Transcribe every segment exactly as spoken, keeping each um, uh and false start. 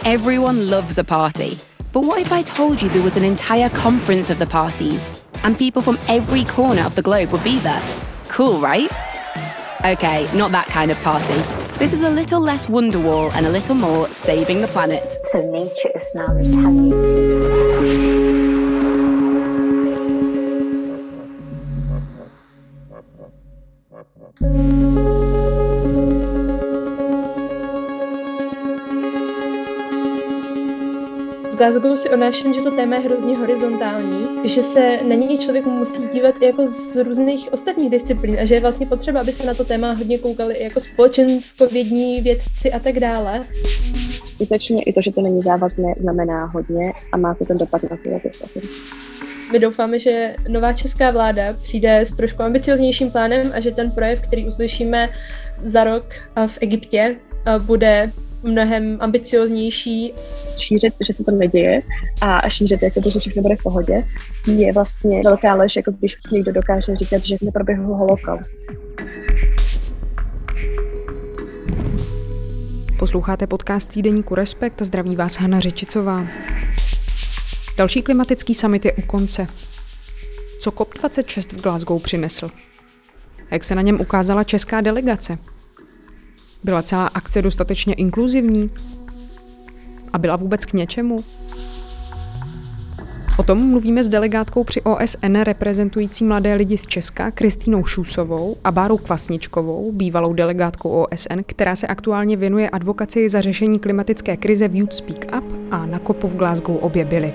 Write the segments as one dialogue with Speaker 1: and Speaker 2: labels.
Speaker 1: Everyone loves a party. But what if I told you there was an entire conference of the parties and people from every corner of the globe would be there? Cool, right? Okay, not that kind of party. This is a little less Wonderwall and a little more saving the planet.
Speaker 2: So nature is now retaliating.
Speaker 3: Z Glasgow si odnáším, že to téma je hrozně horizontální, že se na něj člověk musí dívat i jako z různých ostatních disciplín a že je vlastně potřeba, aby se na to téma hodně koukali i jako společenskovědní vědci a tak dále.
Speaker 4: Skutečně i to, že to není závazné, znamená hodně a má to ten dopad na ty legislativy.
Speaker 3: My doufáme, že nová česká vláda přijde s trošku ambicioznějším plánem a že ten projev, který uslyšíme za rok v Egyptě, bude mnohem ambicioznější.
Speaker 4: Šířit, že se to neděje a šířit, jakoby, že všechno bude v pohodě, je vlastně velká lež, jako když někdo dokáže říkat, že neproběhl holokaust.
Speaker 5: Posloucháte podcast týdeníku Respekt a zdraví vás Hana Řečicová. Další klimatický summit je u konce. Co C O P dvacet šest v Glasgow přinesl? Jak se na něm ukázala česká delegace? Byla celá akce dostatečně inkluzivní? A byla vůbec k něčemu? O tom mluvíme s delegátkou při O S N reprezentující mladé lidi z Česka Kristýnou Šusovou a Bárou Kvasničkovou, bývalou delegátkou O S N, která se aktuálně věnuje advokacii za řešení klimatické krize v Youth Speak Up a na kopu v Glasgow obě byly.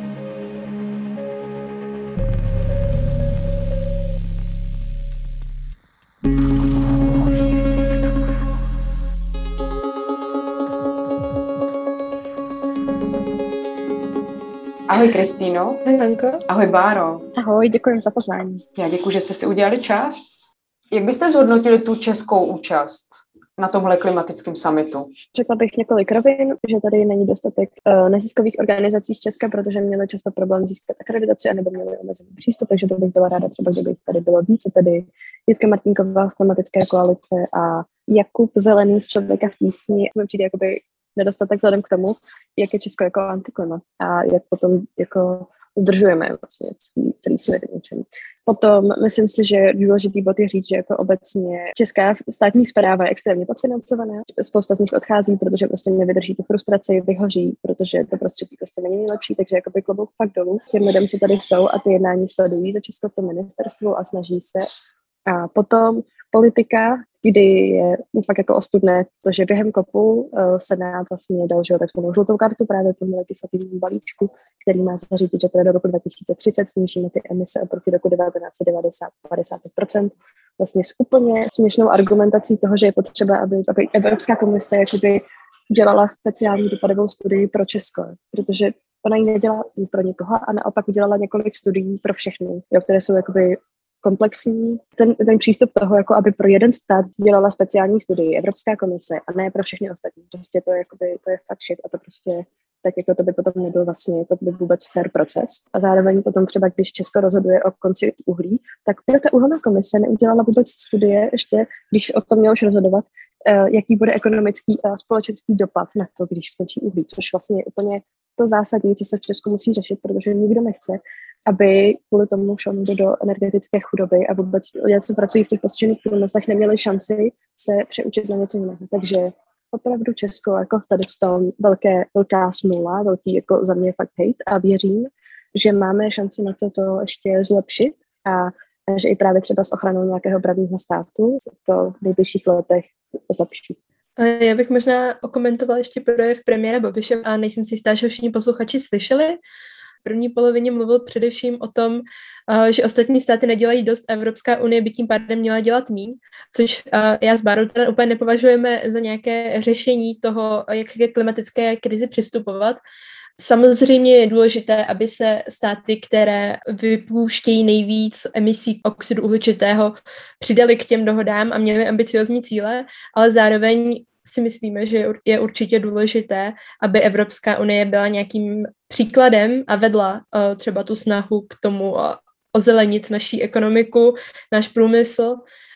Speaker 6: Ahoj Kristýno.
Speaker 3: Ahoj Hanko.
Speaker 6: Ahoj Báro.
Speaker 4: Ahoj, děkuji za pozvání.
Speaker 6: Já děkuji, že jste si udělali čas. Jak byste zhodnotili tu českou účast na tomhle klimatickém summitu?
Speaker 4: Řekla bych několik rovin, že tady není dostatek uh, neziskových organizací z Česka, protože měli často problém získat akreditaci a nebo měli omezený přístup, takže to bych byla ráda třeba, kdyby tady bylo více. Tady Jitka Martinková z Klimatické koalice a Jakub Zelený z Člověka v tísni. Mi přijde jakoby nedostatek vzhledem k tomu, jak je Česko jako antiklima a jak potom jako zdržujeme vlastně celý, celý svět něčem. Potom myslím si, že důležitý bod je říct, že jako obecně česká státní správa je extrémně podfinancovaná. Spousta z nich odchází, protože prostě nevydrží tu frustraci, vyhoří, protože to prostředí prostě není nejlepší, takže jakoby klobouk fakt dolů těm lidem, co tady jsou a ty jednání sledují za Česko v tom ministerstvu a snaží se. A potom politika, kdy je fakt jako ostudné, protože během kopu uh, Senát vlastně dal takzvanou žlutou kartu právě tomu legislativnímu balíčku, který má zařídit, že teda do roku dva tisíce třicet snížíme ty emise oproti roku devatenáct set devadesát padesát procent. Vlastně s úplně směšnou argumentací toho, že je potřeba, aby, aby Evropská komise jakoby udělala speciální dopadovou studii pro Česko, protože ona ji nedělá pro někoho a naopak udělala několik studií pro všechny, jo, které jsou jakoby komplexní. Ten, ten přístup toho, jako aby pro jeden stát dělala speciální studii Evropská komise a ne pro všechny ostatní. Prostě to je, jakoby, to je fakt shit a to prostě tak jako to by potom nebyl vlastně jako by vůbec fair proces. A zároveň potom třeba, když Česko rozhoduje o konci uhlí, tak ta uhelná komise neudělala vůbec studie ještě, když o tom mělo už rozhodovat, jaký bude ekonomický a společenský dopad na to, když skončí uhlí, což vlastně je úplně to zásadní, co se v Česku musí řešit, protože nikdo nechce, aby kvůli tomu šel někdo do energetické chudoby a vůbec lidé, co pracují v těch postižených průmyslech, neměli šanci se přeučit na něco jiného. Takže opravdu Česko jako tady v tom velké, velká smůla, velký jako za mě fakt hejt a věřím, že máme šanci na to, to ještě zlepšit a že i právě třeba s ochranou nějakého právního státu se to v nejbližších letech zlepší.
Speaker 3: Já bych možná okomentovala ještě projev premiéra Babiše a nejsem si jistá, že všichni posluchači slyšeli. V první polovině mluvil především o tom, že ostatní státy nedělají dost a Evropská unie by tím pádem měla dělat míň, což já s Bárou teda úplně nepovažujeme za nějaké řešení toho, jak ke klimatické krizi přistupovat. Samozřejmě je důležité, aby se státy, které vypouštějí nejvíc emisí oxidu uhličitého, přidaly k těm dohodám a měly ambiciozní cíle, ale zároveň si myslíme, že je určitě důležité, aby Evropská unie byla nějakým příkladem a vedla uh, třeba tu snahu k tomu uh, ozelenit naší ekonomiku, náš průmysl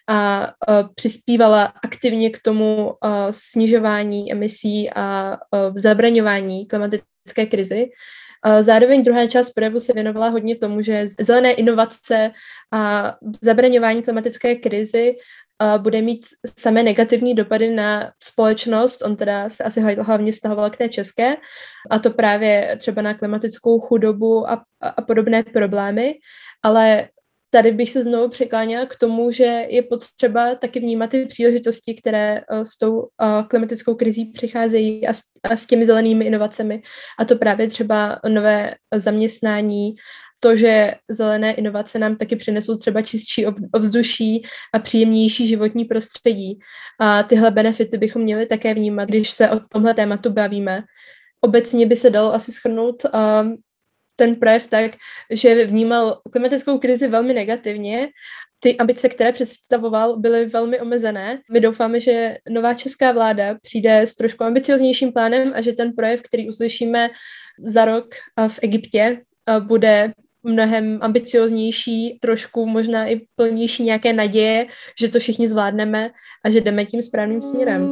Speaker 3: a uh, přispívala aktivně k tomu uh, snižování emisí a uh, zabraňování klimatické krizi. Uh, zároveň druhá část projevu se věnovala hodně tomu, že zelené inovace a zabraňování klimatické krizi uh, bude mít samé negativní dopady na společnost. On teda se asi hlavně vztahoval k té české, a to právě třeba na klimatickou chudobu a, a, a podobné problémy, ale tady bych se znovu přikláněla k tomu, že je potřeba taky vnímat ty příležitosti, které uh, s tou uh, klimatickou krizí přicházejí a s, a s těmi zelenými inovacemi. A to právě třeba nové zaměstnání, to, že zelené inovace nám taky přinesou třeba čistší ovzduší a příjemnější životní prostředí. A tyhle benefity bychom měli také vnímat, když se o tomhle tématu bavíme. Obecně by se dalo asi shrnout uh, ten projev tak, že vnímal klimatickou krizi velmi negativně. Ty ambice, které představoval, byly velmi omezené. My doufáme, že nová česká vláda přijde s trošku ambicioznějším plánem a že ten projev, který uslyšíme za rok v Egyptě, bude mnohem ambicioznější, trošku možná i plnější nějaké naděje, že to všichni zvládneme a že jdeme tím správným směrem.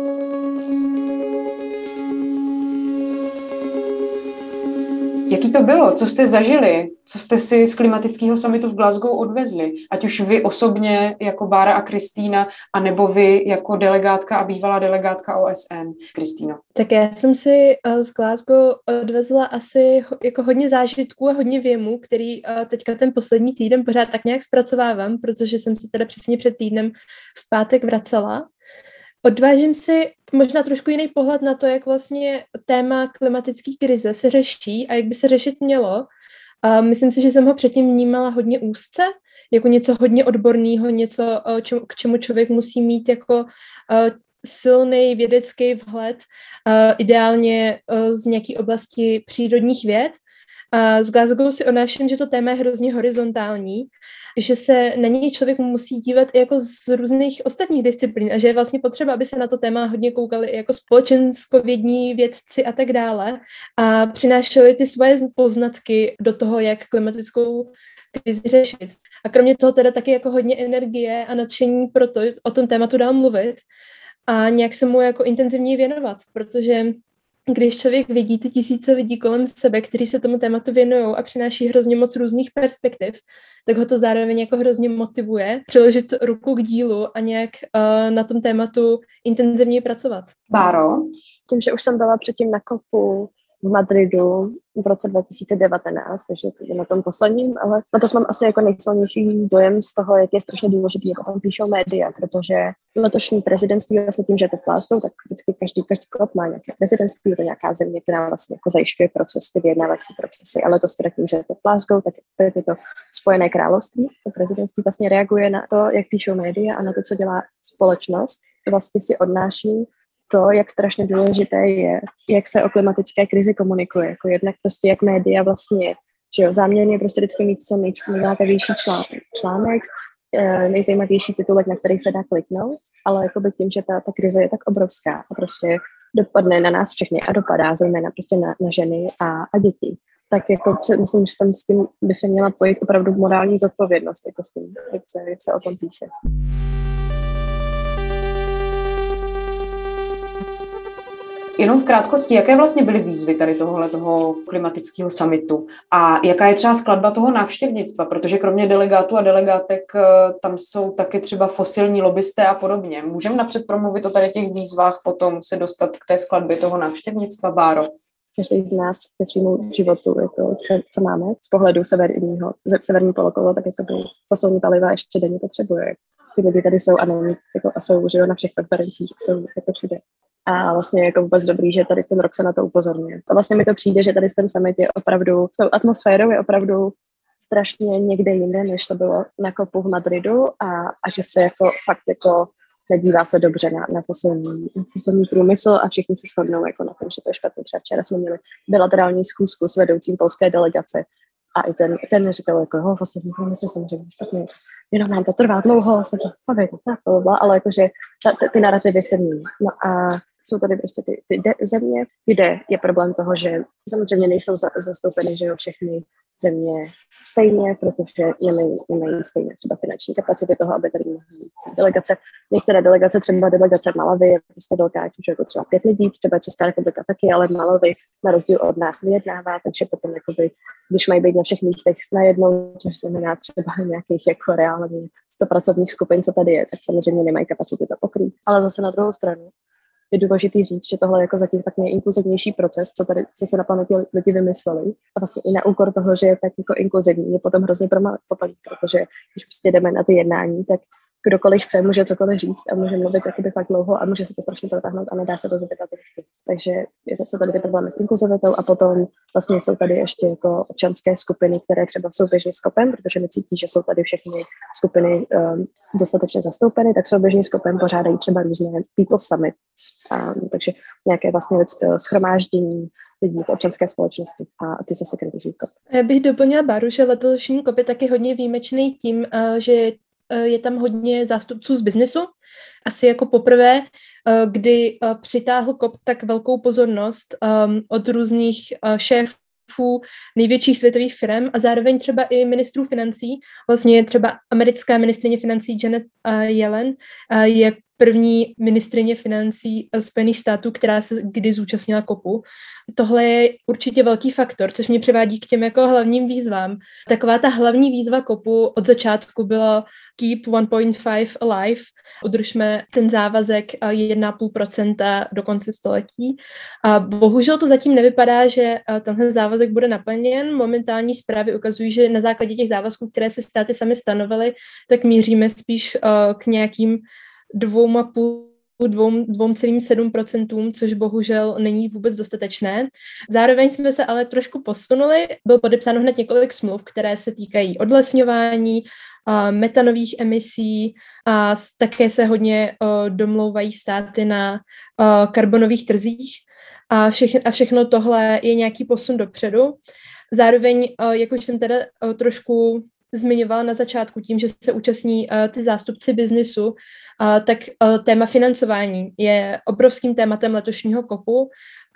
Speaker 6: Jaký to bylo? Co jste zažili? Co jste si z klimatického summitu v Glasgow odvezli? Ať už vy osobně jako Bára a Kristýna, anebo vy jako delegátka a bývalá delegátka O S N. Kristýno.
Speaker 3: Tak já jsem si z Glasgow odvezla asi jako hodně zážitků a hodně věmů, který teďka ten poslední týden pořád tak nějak zpracovávám, protože jsem se teda přesně před týdnem v pátek vracela. Odvážím si možná trošku jiný pohled na to, jak vlastně téma klimatické krize se řeší a jak by se řešit mělo. A myslím si, že jsem ho předtím vnímala hodně úzce, jako něco hodně odborného, něco, k čemu člověk musí mít jako silný vědecký vhled, ideálně z nějaké oblasti přírodních věd. A z Glasgow si odnáším, že to téma je hrozně horizontální, že se na něj člověk musí dívat i jako z různých ostatních disciplín a že je vlastně potřeba, aby se na to téma hodně koukali i jako společenskovědní vědci a tak dále a přinášeli ty svoje poznatky do toho, jak klimatickou krizi řešit. A kromě toho teda taky jako hodně energie a nadšení pro to o tom tématu dál mluvit a nějak se mu jako intenzivněji věnovat, protože když člověk vidí ty tisíce lidí kolem sebe, kteří se tomu tématu věnují a přináší hrozně moc různých perspektiv, tak ho to zároveň jako hrozně motivuje přiložit ruku k dílu a nějak uh, na tom tématu intenzivněji pracovat.
Speaker 6: Báro?
Speaker 4: Tím, že už jsem byla předtím na kopu v Madridu v roce dva tisíce devatenáct, takže to na tom posledním, ale na to mám asi jako nejsilnější dojem z toho, jak je strašně důležitý, jak o tom píšou média, protože letošní prezidentství vlastně tím, že je to plásnou, tak vždycky každý, každý krok má nějaké prezidentství, to nějaká země, která vlastně jako zajišťuje proces, ty vyjednávací procesy, ale to teda tím, že je to Glasgow, tak je to Spojené království, to prezidentství vlastně reaguje na to, jak píšou média a na to, co dělá společnost, vlastně si odnáší to, jak strašně důležité je, jak se o klimatické krizi komunikuje. Jako jednak prostě, jak média vlastně, že jo, záměrně je prostě vždycky mít co nej, nejlákavější článek, článek nejzajímavější titulek, na který se dá kliknout, ale jako by tím, že ta, ta krize je tak obrovská a prostě dopadne na nás všechny a dopadá zejména prostě na, na ženy a, a děti, tak jako se, myslím, že tam s tím by se měla pojít opravdu morální zodpovědnost, jako s tím, jak se, jak se o tom píše.
Speaker 6: Jenom v krátkosti, jaké vlastně byly výzvy tady tohohle toho klimatického summitu a jaká je třeba skladba toho návštěvnictva, protože kromě delegátů a delegátek tam jsou taky třeba fosilní lobbysté a podobně. Můžeme napřed promluvit o tady těch výzvách, potom se dostat k té skladbě toho návštěvnictva, Báro?
Speaker 4: Každý z nás ke svému životu, jako, co máme, z pohledu severního, severní polokoule, tak jako fosilní paliva ještě denně potřebuje. Ty lidi tady jsou a není, jako, a jsou, že jo, na všech konferencích, jsou jako všude. A vlastně jako vůbec dobrý, že tady ten rok se na to upozorňuje. A vlastně mi to přijde, že tady ten summit je opravdu, tou atmosférou je opravdu strašně někde jinde, než to bylo na kopu v Madridu a, a že se jako fakt jako nedívá se dobře na, na fosilní, fosilní průmysl a všichni se shodnou jako na tom, že to je špatně. Třeba včera jsme měli bilaterální schůzku s vedoucím polské delegace a i ten, ten říkal jako, ho, fosilní průmysl samozřejmě špatně. Jenom nám to trvá dlouho, se to spavit, ale jakože ta, ty, ty narrativy se mění. No a jsou tady prostě ty, ty de- země, kde je problém toho, že samozřejmě nejsou za, zastoupeny, že jo, všechny země stejně, protože nemají, nemají stejné třeba finanční kapacity toho, aby tady mohly být delegace. Některé delegace, třeba delegace Malavy je prostě velká, že je to třeba pět lidí, třeba Česká republika taky, ale Malavy na rozdíl od nás vyjednává, takže potom jakoby, když mají být na všech místech najednou, což znamená třeba nějakých jako reálně sto pracovních skupin, co tady je, tak samozřejmě nemají kapacity to pokrýt. Ale zase na druhou stranu je důležitý říct, že tohle je jako zatím tak inkluzivnější proces, co tady co se na planetě lidi vymysleli. A vlastně i na úkor toho, že je tak jako inkluzivní, je potom hrozně propalý, protože když prostě jdeme na ty jednání, tak kdokoliv chce, může cokoliv říct a může mluvit jakoby fakt dlouho a může se to strašně protáhnout a nedá se to zapytat listy. Takže je to, jsou tady ty problémy s inkluzivitou a potom vlastně jsou tady ještě jako občanské skupiny, které třeba souběžně s kopem, protože necítí, že jsou tady všechny skupiny um, dostatečně zastoupeny, tak souběžně s kopem pořádají třeba různé people summits. Um, takže nějaké vlastně shromáždění lidí v občanské společnosti a ty se sekretizují kop.
Speaker 3: Já bych doplnila Baru, že letošní kop je taky hodně výjimečný tím, uh, že je tam hodně zástupců z biznesu. Asi jako poprvé, kdy přitáhl kop tak velkou pozornost od různých šéfů největších světových firm a zároveň třeba i ministrů financí. Vlastně třeba americká ministryně financí Janet Yellen je první ministryně financí Spojených států, která se kdy zúčastnila kopu. Tohle je určitě velký faktor, což mě přivádí k těm jako hlavním výzvám. Taková ta hlavní výzva kopu od začátku byla Keep one point five alive, udržme ten závazek jedna celá pět procenta do konce století. A bohužel to zatím nevypadá, že tenhle závazek bude naplněn. Momentální zprávy ukazují, že na základě těch závazků, které se státy sami stanovily, tak míříme spíš k nějakým dvou a půl, dvou celým sedm procentům, což bohužel není vůbec dostatečné. Zároveň jsme se ale trošku posunuli. Bylo podepsáno hned několik smluv, které se týkají odlesňování, metanových emisí a také se hodně domlouvají státy na karbonových trzích. A všechno, a všechno tohle je nějaký posun dopředu. Zároveň, jak už jsem teda trošku zmiňovala na začátku tím, že se účastní uh, ty zástupci biznisu, uh, tak uh, téma financování je obrovským tématem letošního kopu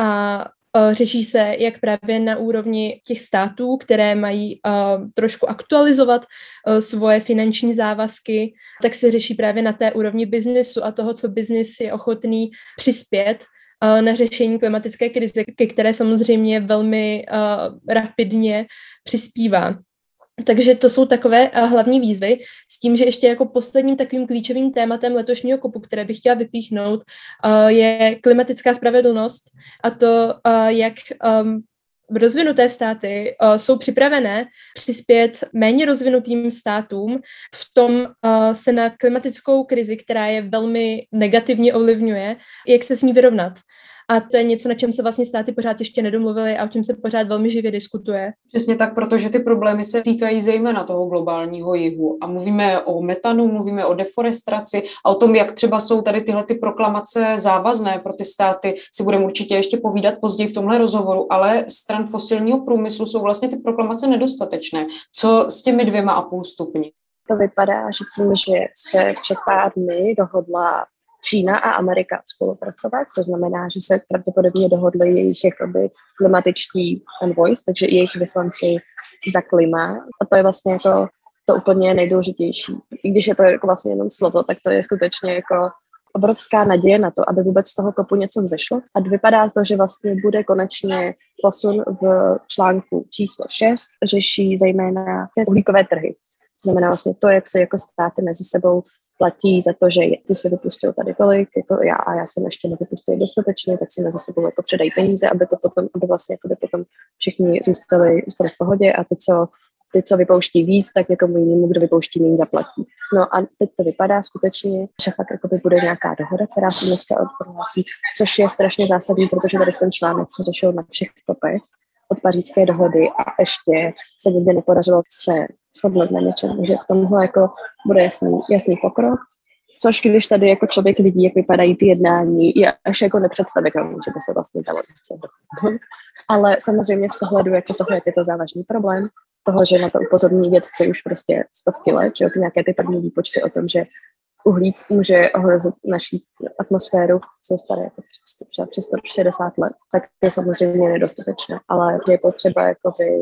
Speaker 3: a uh, řeší se jak právě na úrovni těch států, které mají uh, trošku aktualizovat uh, svoje finanční závazky, tak se řeší právě na té úrovni biznisu a toho, co biznis je ochotný přispět uh, na řešení klimatické krize, ke které samozřejmě velmi uh, rapidně přispívá. Takže to jsou takové uh, hlavní výzvy s tím, že ještě jako posledním takovým klíčovým tématem letošního kopu, které bych chtěla vypíchnout, uh, je klimatická spravedlnost a to, uh, jak um, rozvinuté státy uh, jsou připravené přispět méně rozvinutým státům v tom uh, se na klimatickou krizi, která je velmi negativně ovlivňuje, jak se s ní vyrovnat. A to je něco, na čem se vlastně státy pořád ještě nedomluvily a o čem se pořád velmi živě diskutuje.
Speaker 6: Přesně tak, protože ty problémy se týkají zejména toho globálního jihu. A mluvíme o metanu, mluvíme o deforestaci a o tom, jak třeba jsou tady tyhle ty proklamace závazné pro ty státy, si budeme určitě ještě povídat později v tomhle rozhovoru, ale stran fosilního průmyslu jsou vlastně ty proklamace nedostatečné. Co s těmi dvěma a půl stupni?
Speaker 4: To vypadá, že tím, že se před pár dny dohodla Čína a Amerika spolupracovat, což znamená, že se pravděpodobně dohodli jejich jakoby klimatičtí envoys, takže i jejich vyslanci za klima. A to je vlastně jako to úplně nejdůležitější. I když je to jako vlastně jenom slovo, tak to je skutečně jako obrovská naděje na to, aby vůbec z toho kopu něco vzešlo. A vypadá to, že vlastně bude konečně posun v článku číslo šest, řeší zejména uhlíkové trhy. To znamená vlastně to, jak se jako státy mezi sebou platí za to, že ty se vypustil tady tolik, jako já a já jsem ještě nevypustil dostatečně, tak si mezi sebou jako předají peníze, aby to potom, aby vlastně jako by potom všichni zůstali, zůstali v pohodě a ty, co, ty, co vypouští víc, tak někomu jinému, kdo vypouští méně, zaplatí. No a teď to vypadá skutečně, že fakt jako by bude nějaká dohoda, která se dneska odprohlásí, což je strašně zásadní, protože tady ten článek se řešil na všech topech od Pařížské dohody a ještě se nikdy nepodařilo se shodnout na něčem, takže v tomhle jako bude jasný, jasný pokrok, což když tady jako člověk vidí, jak vypadají ty jednání, je až jako nepředstavitelné, že by se vlastně dalo něco dohodnout. Ale samozřejmě z pohledu jako toho, jak je to závažný problém, toho, že na to upozorní vědci už prostě stovky let, že ty nějaké ty první výpočty o tom, že uhlík může ohrozit naší atmosféru, jsou staré jako přes sto šedesát let, tak je samozřejmě nedostatečné, ale je potřeba jakoby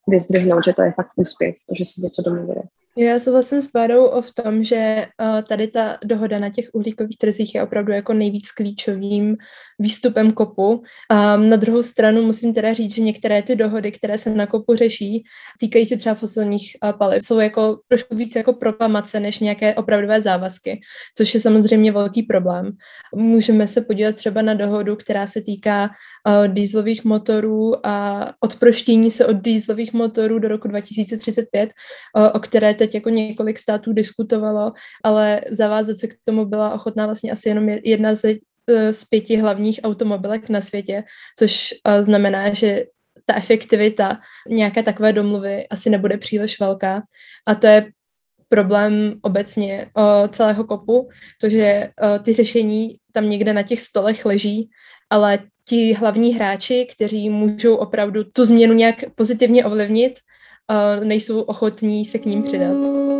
Speaker 4: vyzdvihnout, že to je fakt úspěch, že si něco domluvili.
Speaker 3: Já souhlasím s Bárou v tom, že uh, tady ta dohoda na těch uhlíkových trzích je opravdu jako nejvíc klíčovým výstupem kopu. Um, na druhou stranu musím teda říct, že některé ty dohody, které se na kopu řeší, týkají se třeba fosilních uh, paliv, jsou jako trošku víc jako proklamace než nějaké opravdové závazky, což je samozřejmě velký problém. Můžeme se podívat třeba na dohodu, která se týká uh, dieselových motorů a odproštění se od dieselových motorů do roku dva tisíce třicet pět, uh, o které teď jako několik států diskutovalo, ale zavázat se k tomu byla ochotná vlastně asi jenom jedna ze, z pěti hlavních automobilek na světě, což znamená, že ta efektivita nějaké takové domluvy asi nebude příliš velká. A to je problém obecně o celého kopu, to, že o, ty řešení tam někde na těch stolech leží, ale ti hlavní hráči, kteří můžou opravdu tu změnu nějak pozitivně ovlivnit, Uh, nejsou ochotní se k ním přidat.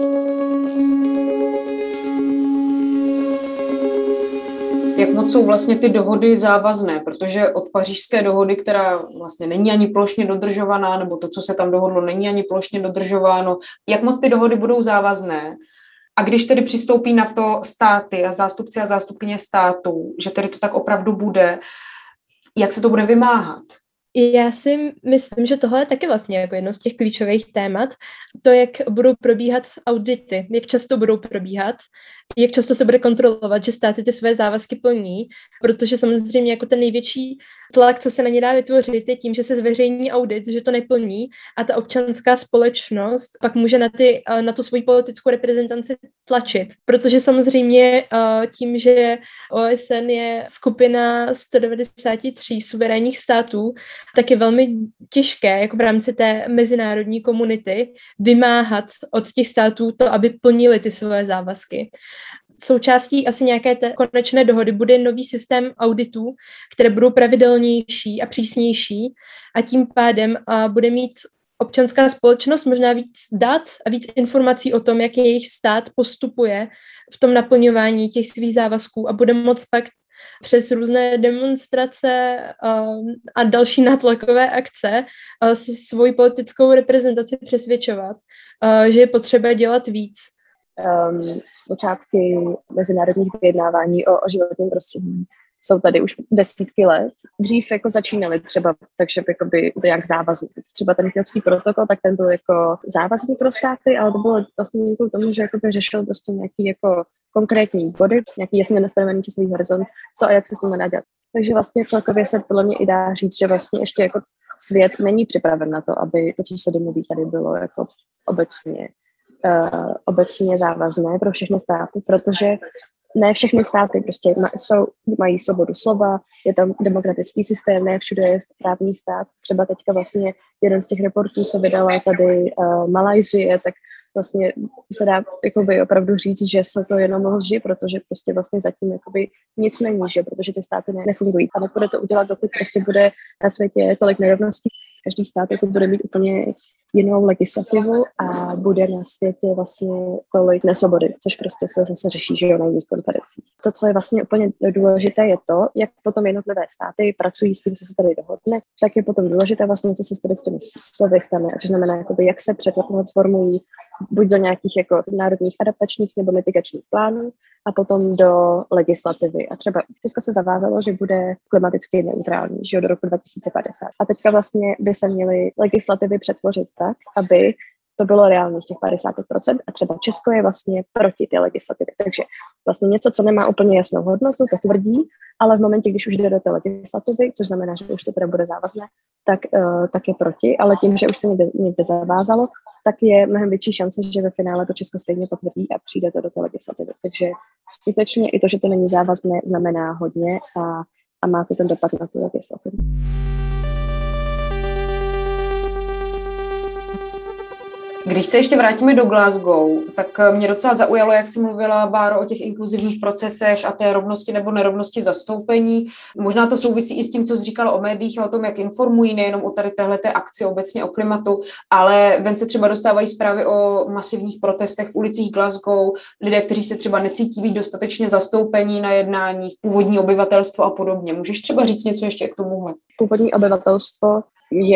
Speaker 6: Jak moc jsou vlastně ty dohody závazné, protože od Pařížské dohody, která vlastně není ani plošně dodržovaná, nebo to, co se tam dohodlo, není ani plošně dodržováno, jak moc ty dohody budou závazné? A když tedy přistoupí na to státy a zástupci a zástupkyně států, že tedy to tak opravdu bude, jak se to bude vymáhat?
Speaker 3: Já si myslím, že tohle je taky vlastně jako jedno z těch klíčových témat. To, jak budou probíhat audity, jak často budou probíhat, jak často se bude kontrolovat, že státy ty své závazky plní, protože samozřejmě jako ten největší tlak, co se na ně dá vytvořit, je tím, že se zveřejní audit, že to neplní a ta občanská společnost pak může na, ty, na tu svoji politickou reprezentaci tlačit. Protože samozřejmě tím, že O S N je skupina sto devadesát tři suverénních států, tak je velmi těžké jako v rámci té mezinárodní komunity vymáhat od těch států to, aby plnili ty své závazky. Součástí asi nějaké té konečné dohody bude nový systém auditů, které budou pravidelnější a přísnější a tím pádem a bude mít občanská společnost možná víc dat a víc informací o tom, jak jejich stát postupuje v tom naplňování těch svých závazků a bude moct pak přes různé demonstrace uh, a další nátlakové akce uh, svoji politickou reprezentaci přesvědčovat, uh, že je potřeba dělat víc.
Speaker 4: Um, počátky mezinárodních vyjednávání o, o životním prostředí jsou tady už desítky let. Dřív jako začínaly třeba, takže jakoby jak závazný. Třeba ten Kyotský protokol, tak ten byl jako závazný pro státy, ale to bylo vlastně kvůli tomu, že jakoby řešil prostě nějaký jako konkrétní body, nějaký jasně nastavený časový horizont, co a jak se s tím dá dělat. Takže vlastně celkově se podle mě i dá říct, že vlastně ještě jako svět není připraven na to, aby to, co se domluví, tady bylo jako obecně Uh, obecně závazné pro všechny státy, protože ne všechny státy prostě ma, jsou, mají svobodu slova, je tam demokratický systém, ne všude je právní stát. Třeba teďka vlastně jeden z těch reportů se vydala tady uh, Malajsie, tak vlastně se dá jakoby opravdu říct, že se to jenom lži, protože prostě vlastně zatím jakoby nic není, že, protože ty státy ne, nefungují. A nepůjde to udělat, dokud prostě bude na světě tolik nerovností. Každý stát jako bude mít úplně jinou legislativu a bude na světě vlastně tolik nesvobody, což prostě se zase řeší, že jo, na jiných konferencích. To, co je vlastně úplně důležité, je to, jak potom jednotlivé státy pracují s tím, co se tady dohodne, tak je potom důležité vlastně, co se tady s těmi slovy stane, což znamená, jakoby, jak se přetransformují buď do nějakých jako národních adaptačních nebo mitigačních plánů a potom do legislativy. A třeba Česko se zavázalo, že bude klimaticky neutrální, že jo, do roku dva tisíce padesát. A teďka vlastně by se měly legislativy přetvořit tak, aby to bylo reálných těch padesát procent a třeba Česko je vlastně proti té legislativě. Takže vlastně něco, co nemá úplně jasnou hodnotu, to tvrdí, ale v momentě, když už jde do té legislativy, což znamená, že už to teda bude závazné, tak, uh, tak je proti, ale tím, že už se někde, někde zavázalo, tak je mnohem větší šance, že ve finále to Česko stejně potvrdí a přijde to do té legislativy. Takže skutečně i to, že to není závazné, znamená hodně a, a má to ten dopad na tu legislativu.
Speaker 6: Když se ještě vrátíme do Glasgow, tak mě docela zaujalo, jak jsi mluvila, Báro, o těch inkluzivních procesech a té rovnosti nebo nerovnosti zastoupení. Možná to souvisí i s tím, co jsi říkala o médiích a o tom, jak informují nejenom o tady téhleté akci obecně o klimatu, ale ven se třeba dostávají zprávy o masivních protestech v ulicích Glasgow, lidé, kteří se třeba necítí být dostatečně zastoupení na jednáních, původní obyvatelstvo a podobně. Můžeš třeba říct něco ještě k tomuhle?
Speaker 4: Původní obyvatelstvo je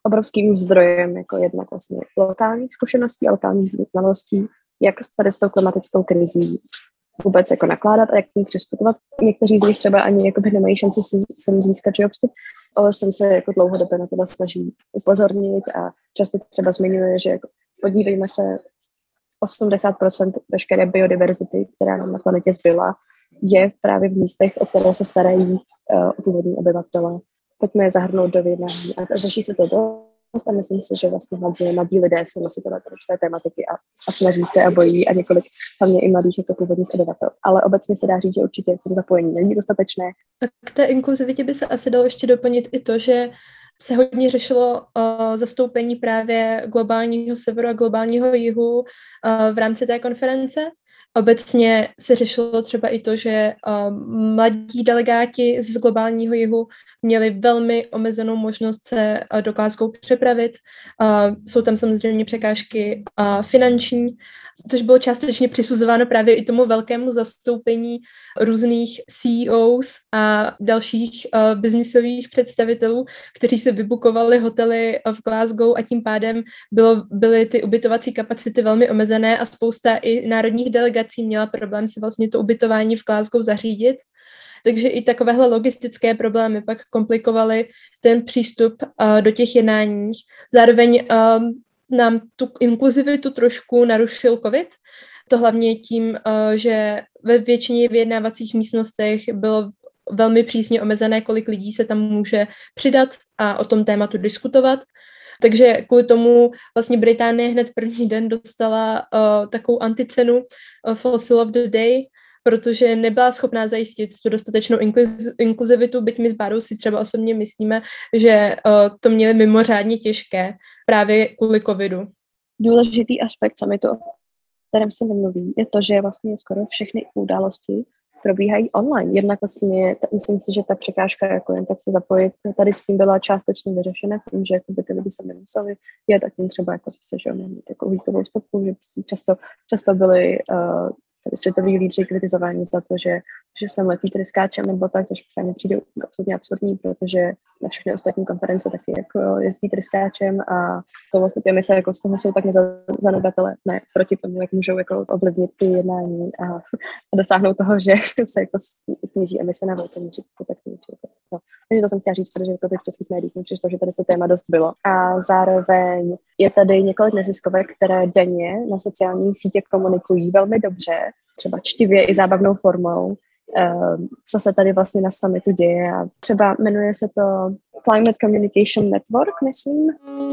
Speaker 4: obrovským zdrojem jako jednak vlastně lokálních zkušeností a lokálních znalostí, jak tady s tou klimatickou krizí vůbec jako nakládat a jak k ní přistupovat. Někteří z nich třeba ani jakoby nemají šanci sem získat job vstup. O S N se jako dlouhodobě na to snaží upozornit a často třeba zmiňuje, že jako podívejme se, osmdesát procent veškeré biodiverzity, která nám na planetě zbyla, je právě v místech, o které se starají uh, původní obyvatelé. Pojďme je zahrnout do vyjednání. A řeší se to dost a myslím si, že vlastně hlavně mladí lidé jsou nositelé té tématiky a, a snaží se a bojí a několik hlavně i mladých jako původních obyvatel. Ale obecně se dá říct, že určitě to zapojení není dostatečné.
Speaker 3: A k té inkluzivitě by se asi dalo ještě doplnit i to, že se hodně řešilo uh, zastoupení právě globálního severu a globálního jihu uh, v rámci té konference. Obecně se řešilo třeba i to, že uh, mladí delegáti z globálního jihu měli velmi omezenou možnost se uh, do Glasgow přepravit. Uh, jsou tam samozřejmě překážky uh, finanční, což bylo částečně přisuzováno právě i tomu velkému zastoupení různých C E Os a dalších uh, biznisových představitelů, kteří se vybukovali hotely v Glasgow a tím pádem bylo, byly ty ubytovací kapacity velmi omezené a spousta i národních delegací měla problém si vlastně to ubytování v Glasgow zařídit. Takže i takovéhle logistické problémy pak komplikovaly ten přístup uh, do těch jednání. Zároveň um, nám tu inkluzivitu trošku narušil covid. To hlavně tím, že ve většině vyjednávacích místnostech bylo velmi přísně omezené, kolik lidí se tam může přidat a o tom tématu diskutovat. Takže kvůli tomu vlastně Británie hned první den dostala uh, takovou anticenu uh, Fossil of the Day, protože nebyla schopná zajistit tu dostatečnou inkluz- inkluzivitu, byť my s Bárou si třeba osobně myslíme, že uh, to měli mimořádně těžké právě kvůli covidu.
Speaker 4: Důležitý aspekt summitu, o kterém se nemluví, je to, že vlastně skoro všechny události probíhají online. Jednak vlastně, myslím si, že ta překážka jako jen tak se zapojit, tady s tím byla částečně vyřešena tím, že jako by ty lidi se nemuseli jet a tím třeba jako zase, že mít jako uhlíkovou stopku, že často, často byly uh, světoví lídři kritizování za to, že, že sem letí tryskáčem nebo tak, což právě přijde absolutně absurdní, protože na všechny ostatní konference taky jako jezdí tryskáčem a to vlastně ty emise jako z toho jsou tak nezanedbatelné ne, proti tomu, jak můžou jako ovlivnit ty jednání a, a dosáhnout toho, že se jako sníží emise na velké měřítku. Tak no. Takže to jsem chtěla říct, protože jako v českých médiích mi přišlo, že tady to téma dost bylo. A zároveň je tady několik neziskovek, které denně na sociální sítě komunikují velmi dobře, třeba čtivě i zábavnou formou, co se tady vlastně na summitu děje. A třeba jmenuje se to Climate Communication Network, myslím.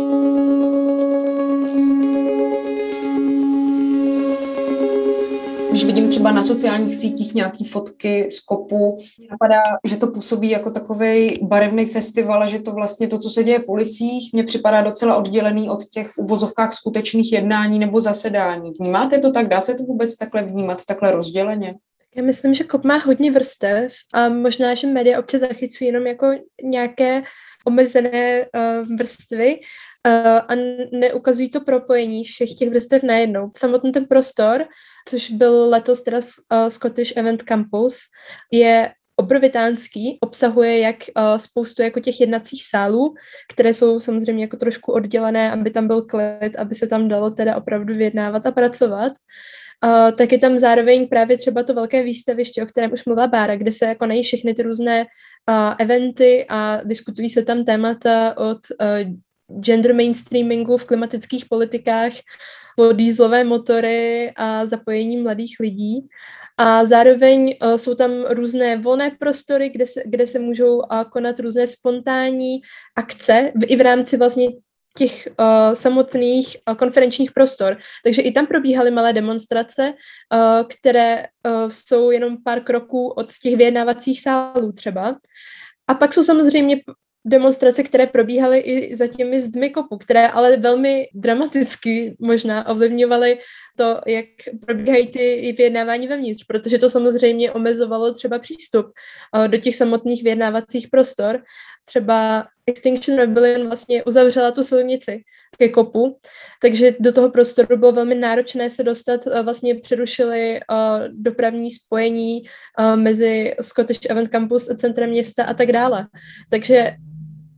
Speaker 6: Když vidím třeba na sociálních sítích nějaké fotky z kopu, napadá, že to působí jako takovej barevný festival a že to vlastně to, co se děje v ulicích, mně připadá docela oddělený od těch v uvozovkách skutečných jednání nebo zasedání. Vnímáte to tak? Dá se to vůbec takhle vnímat, takhle rozděleně?
Speaker 3: Já myslím, že kop má hodně vrstev a možná, že média občas zachycují jenom jako nějaké omezené uh, vrstvy uh, a neukazují to propojení všech těch vrstev najednou. Samotný ten prostor, což byl letos teda uh, Scottish Event Campus, je obrovitánský, obsahuje jak uh, spoustu jako těch jednacích sálů, které jsou samozřejmě jako trošku oddělené, aby tam byl klid, aby se tam dalo teda opravdu vyjednávat a pracovat. Uh, tak je tam zároveň právě třeba to velké výstaviště, o kterém už mluvila Bára, kde se konají všechny ty různé uh, eventy a diskutují se tam témata od uh, gender mainstreamingu v klimatických politikách po dieselové motory a zapojení mladých lidí. A zároveň uh, jsou tam různé volné prostory, kde se, kde se můžou uh, konat různé spontánní akce v, i v rámci vlastně těch uh, samotných uh, konferenčních prostor. Takže i tam probíhaly malé demonstrace, uh, které uh, jsou jenom pár kroků od těch vyjednávacích sálů třeba. A pak jsou samozřejmě demonstrace, které probíhaly i za těmi zdmi kopu, které ale velmi dramaticky možná ovlivňovaly to, jak probíhají ty vyjednávání vevnitř, protože to samozřejmě omezovalo třeba přístup uh, do těch samotných vyjednávacích prostor. Třeba Extinction Rebellion vlastně uzavřela tu silnici ke kopu, takže do toho prostoru bylo velmi náročné se dostat, uh, vlastně přerušili uh, dopravní spojení uh, mezi Scottish Event Campus a centrem města a tak dále. Takže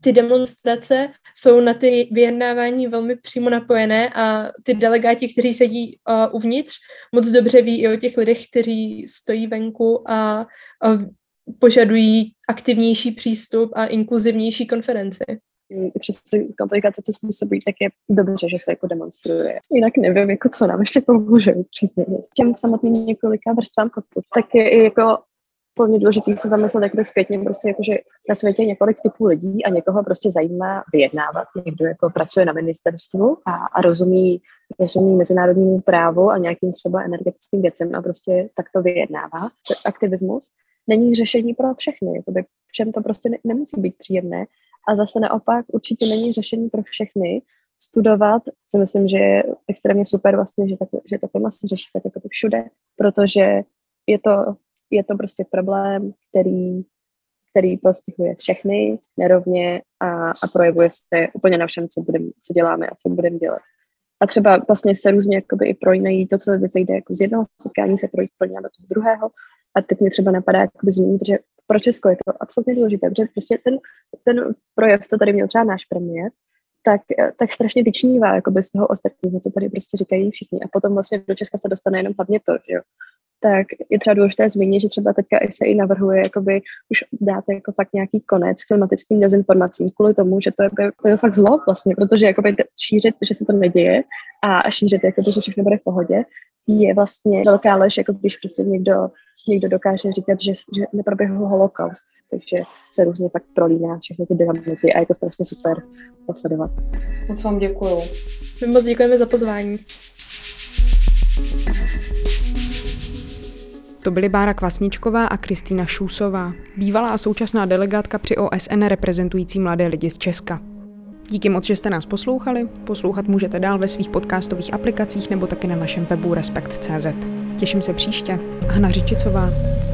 Speaker 3: ty demonstrace jsou na ty vyjednávání velmi přímo napojené a ty delegáti, kteří sedí uh, uvnitř, moc dobře ví i o těch lidech, kteří stojí venku a uh, požadují aktivnější přístup a inkluzivnější konferenci.
Speaker 4: Přes ty komplikace to způsobí, tak je dobře, že se jako demonstruje. Jinak nevím, jako co nám ještě pomůže určitě. Těm samotným několika vrstvám kopu, tak je i jako plně důležitý se zamyslet jakoby zpětně, prostě jako, že na světě je několik typů lidí a někoho prostě zajímá vyjednávat. Někdo jako pracuje na ministerstvu a, a rozumí, rozumí mezinárodnímu právu a nějakým třeba energetickým věcem a prostě tak to vyjednává. Aktivismus není řešení pro všechny, jakoby všem to prostě ne, nemusí být příjemné. A zase naopak určitě není řešení pro všechny. Studovat si myslím, že je extrémně super vlastně, že, tak, že to téma se řeší tak jako to všude, protože je to, je to prostě problém, který, který postihuje všechny nerovně a, a projevuje se úplně na všem, co, budem, co děláme a co budeme dělat. A třeba vlastně se různě jakoby i projínají to, co vyzejde jako z jednoho setkání, se projíná do toho druhého. A teď mě třeba napadá jakoby zmínit, že pro Česko je to absolutně důležité, protože prostě ten, ten projev, co tady měl třeba náš premiér, tak, tak strašně vyčnívá jakoby z toho ostatního, co tady prostě říkají všichni. A potom vlastně do Česka se dostane jenom hlavně to, že jo. Tak je třeba důležité zmínit, že třeba teďka se i navrhuje jakoby už dát jako fakt nějaký konec klimatickým dezinformacím kvůli tomu, že to je, to je fakt zlo vlastně, protože jakoby šířit, že se to neděje a šířit, jakoby, že všechno bude v pohodě, je vlastně velká lež, jako když prostě někdo, někdo dokáže říkat, že, že neproběhl holokaust. Takže se různě pak prolíná všechny ty dynamiky a je to strašně super posledovat.
Speaker 6: Moc vám děkuju.
Speaker 3: My moc děkujeme za pozvání.
Speaker 5: To byly Bára Kvasničková a Kristýna Šusová, bývalá a současná delegátka při O S N reprezentující mladé lidi z Česka. Díky moc, že jste nás poslouchali. Poslouchat můžete dál ve svých podcastových aplikacích nebo taky na našem webu respekt tečka cé zet. Těším se příště. Hana Řičicová.